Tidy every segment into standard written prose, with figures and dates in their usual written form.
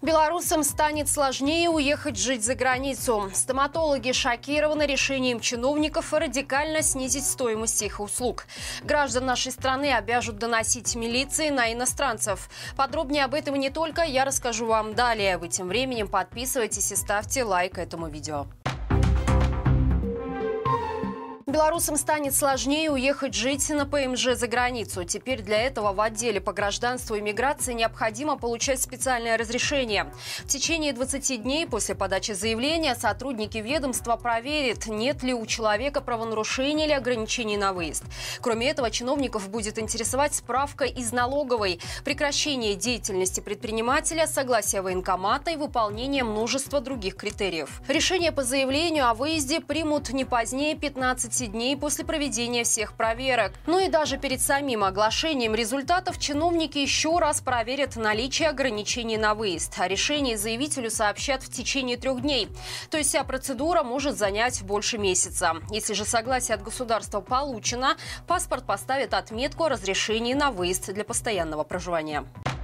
Белорусам станет сложнее уехать жить за границу. Стоматологи шокированы решением чиновников радикально снизить стоимость их услуг. Граждан нашей страны обяжут доносить милиции на иностранцев. Подробнее об этом и не только я расскажу вам далее. Вы тем временем подписывайтесь и ставьте лайк этому видео. Белорусам станет сложнее уехать жить на ПМЖ за границу. Теперь для этого в отделе по гражданству и миграции необходимо получать специальное разрешение. В течение 20 дней после подачи заявления сотрудники ведомства проверят, нет ли у человека правонарушений или ограничений на выезд. Кроме этого, чиновников будет интересовать справка из налоговой, прекращение деятельности предпринимателя, согласие военкомата и выполнение множества других критериев. Решение по заявлению о выезде примут не позднее 15 дней после проведения всех проверок. Ну и даже перед самим оглашением результатов чиновники еще раз проверят наличие ограничений на выезд. О решении заявителю сообщат в течение 3 дней. То есть вся процедура может занять больше месяца. Если же согласие от государства получено, паспорт поставит отметку о разрешении на выезд для постоянного проживания.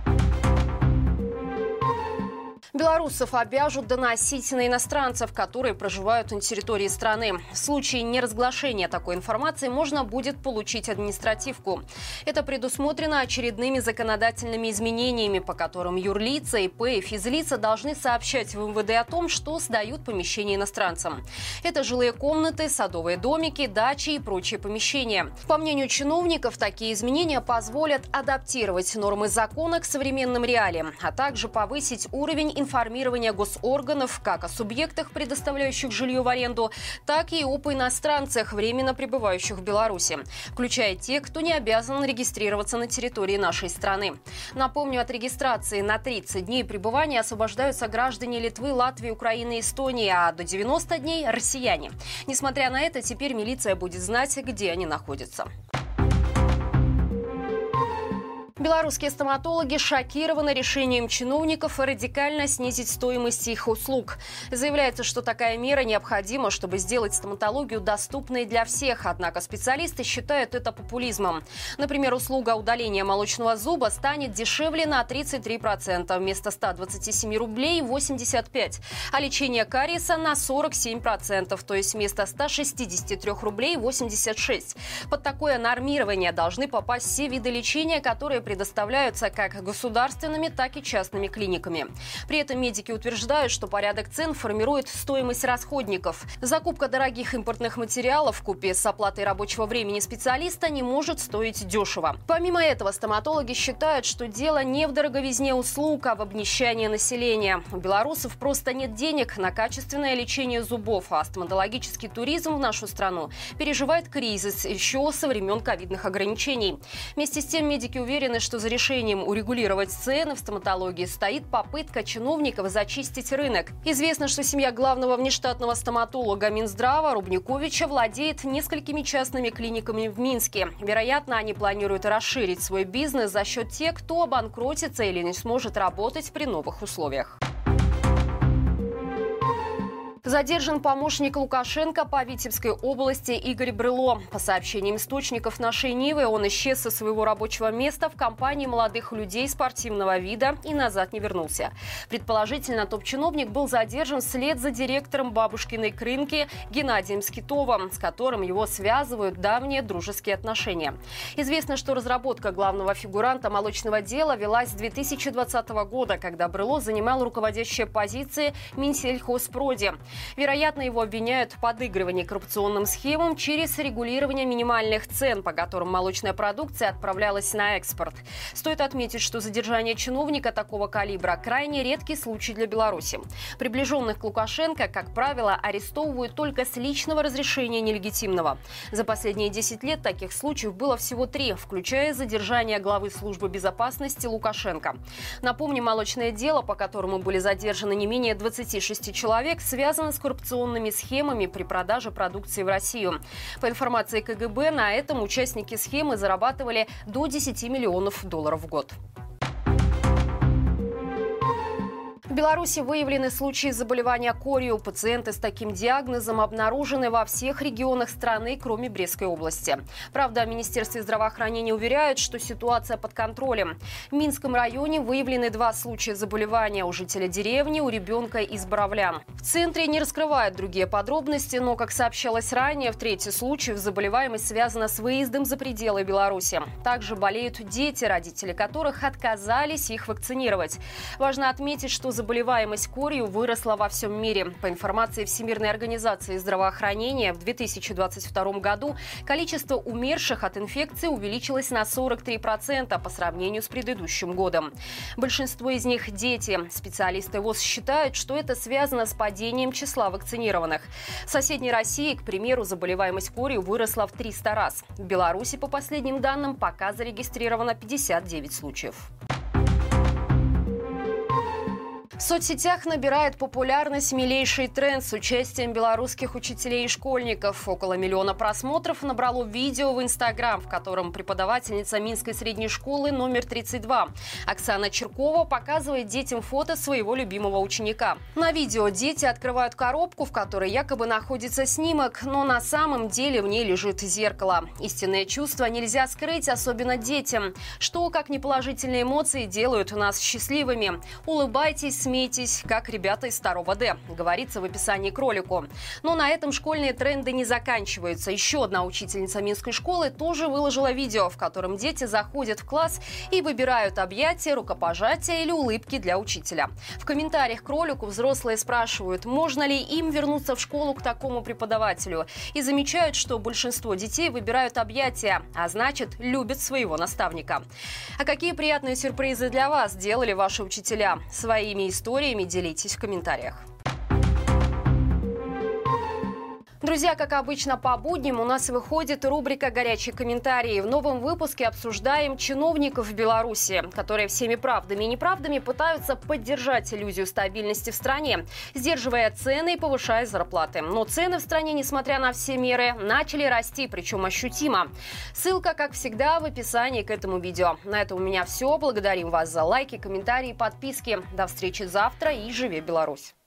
Белорусов обяжут доносить на иностранцев, которые проживают на территории страны. В случае неразглашения такой информации можно будет получить административку. Это предусмотрено очередными законодательными изменениями, по которым юрлица, ИП и физлица должны сообщать в МВД о том, что сдают помещения иностранцам. Это жилые комнаты, садовые домики, дачи и прочие помещения. По мнению чиновников, такие изменения позволят адаптировать нормы закона к современным реалиям, а также повысить уровень информирования госорганов как о субъектах, предоставляющих жилье в аренду, так и об иностранцах, временно пребывающих в Беларуси, включая тех, кто не обязан регистрироваться на территории нашей страны. Напомню, от регистрации на 30 дней пребывания освобождаются граждане Литвы, Латвии, Украины и Эстонии, а до 90 дней – россияне. Несмотря на это, теперь милиция будет знать, где они находятся. Белорусские стоматологи шокированы решением чиновников радикально снизить стоимость их услуг. Заявляется, что такая мера необходима, чтобы сделать стоматологию доступной для всех. Однако специалисты считают это популизмом. Например, услуга удаления молочного зуба станет дешевле на 33%, вместо 127 рублей – 85, а лечение кариеса на 47%, то есть вместо 163 рублей – 86. Под такое нормирование должны попасть все виды лечения, которые предоставляются как государственными, так и частными клиниками. При этом медики утверждают, что порядок цен формирует стоимость расходников. Закупка дорогих импортных материалов вкупе с оплатой рабочего времени специалиста не может стоить дешево. Помимо этого, стоматологи считают, что дело не в дороговизне услуг, а в обнищании населения. У белорусов просто нет денег на качественное лечение зубов, а стоматологический туризм в нашу страну переживает кризис еще со времен ковидных ограничений. Вместе с тем, медики уверены, что за решением урегулировать цены в стоматологии стоит попытка чиновников зачистить рынок. Известно, что семья главного внештатного стоматолога Минздрава Рубниковича владеет несколькими частными клиниками в Минске. Вероятно, они планируют расширить свой бизнес за счет тех, кто обанкротится или не сможет работать при новых условиях. Задержан помощник Лукашенко по Витебской области Игорь Брыло. По сообщениям источников нашей Нивы, он исчез со своего рабочего места в компании молодых людей спортивного вида и назад не вернулся. Предположительно, топ-чиновник был задержан вслед за директором бабушкиной крынки Геннадием Скитовым, с которым его связывают давние дружеские отношения. Известно, что разработка главного фигуранта молочного дела велась с 2020 года, когда Брыло занимал руководящие позиции в Минсельхозпроде. Вероятно, его обвиняют в подыгрывании коррупционным схемам через регулирование минимальных цен, по которым молочная продукция отправлялась на экспорт. Стоит отметить, что задержание чиновника такого калибра – крайне редкий случай для Беларуси. Приближенных к Лукашенко, как правило, арестовывают только с личного разрешения нелегитимного. За последние 10 лет таких случаев было всего 3, включая задержание главы службы безопасности Лукашенко. Напомним, молочное дело, по которому были задержаны не менее 26 человек, связано с коррупционными схемами при продаже продукции в Россию. По информации КГБ, на этом участники схемы зарабатывали до $10 миллионов в год. В Беларуси выявлены случаи заболевания корью. Пациенты с таким диагнозом обнаружены во всех регионах страны, кроме Брестской области. Правда, в Министерстве здравоохранения уверяют, что ситуация под контролем. В Минском районе выявлены 2 случая заболевания у жителя деревни, у ребенка из Боровлян. В центре не раскрывают другие подробности, но, как сообщалось ранее, в трети случаев заболеваемость связана с выездом за пределы Беларуси. Также болеют дети, родители которых отказались их вакцинировать. Важно отметить, что заболеваемость корью выросла во всем мире. По информации Всемирной организации здравоохранения, в 2022 году количество умерших от инфекции увеличилось на 43% по сравнению с предыдущим годом. Большинство из них – дети. Специалисты ВОЗ считают, что это связано с падением числа вакцинированных. В соседней России, к примеру, заболеваемость корью выросла в 300 раз. В Беларуси, по последним данным, пока зарегистрировано 59 случаев. В соцсетях набирает популярность милейший тренд с участием белорусских учителей и школьников. Около 1 миллиона просмотров набрало видео в Инстаграм, в котором преподавательница Минской средней школы номер 32 Оксана Черкова показывает детям фото своего любимого ученика. На видео дети открывают коробку, в которой якобы находится снимок, но на самом деле в ней лежит зеркало. Истинные чувства нельзя скрыть, особенно детям. Что, как не положительные эмоции, делают нас счастливыми. Улыбайтесь, смейтесь, как ребята из 2 Д, говорится в описании к ролику. Но на этом школьные тренды не заканчиваются. Еще одна учительница Минской школы тоже выложила видео, в котором дети заходят в класс и выбирают объятия, рукопожатия или улыбки для учителя. В комментариях к ролику взрослые спрашивают, можно ли им вернуться в школу к такому преподавателю. И замечают, что большинство детей выбирают объятия, а значит, любят своего наставника. А какие приятные сюрпризы для вас делали ваши учителя? Своими историями делитесь в комментариях. Друзья, как обычно по будням у нас выходит рубрика «Горячие комментарии». В новом выпуске обсуждаем чиновников в Беларуси, которые всеми правдами и неправдами пытаются поддержать иллюзию стабильности в стране, сдерживая цены и повышая зарплаты. Но цены в стране, несмотря на все меры, начали расти, причем ощутимо. Ссылка, как всегда, в описании к этому видео. На этом у меня все. Благодарим вас за лайки, комментарии, подписки. До встречи завтра и живи Беларусь!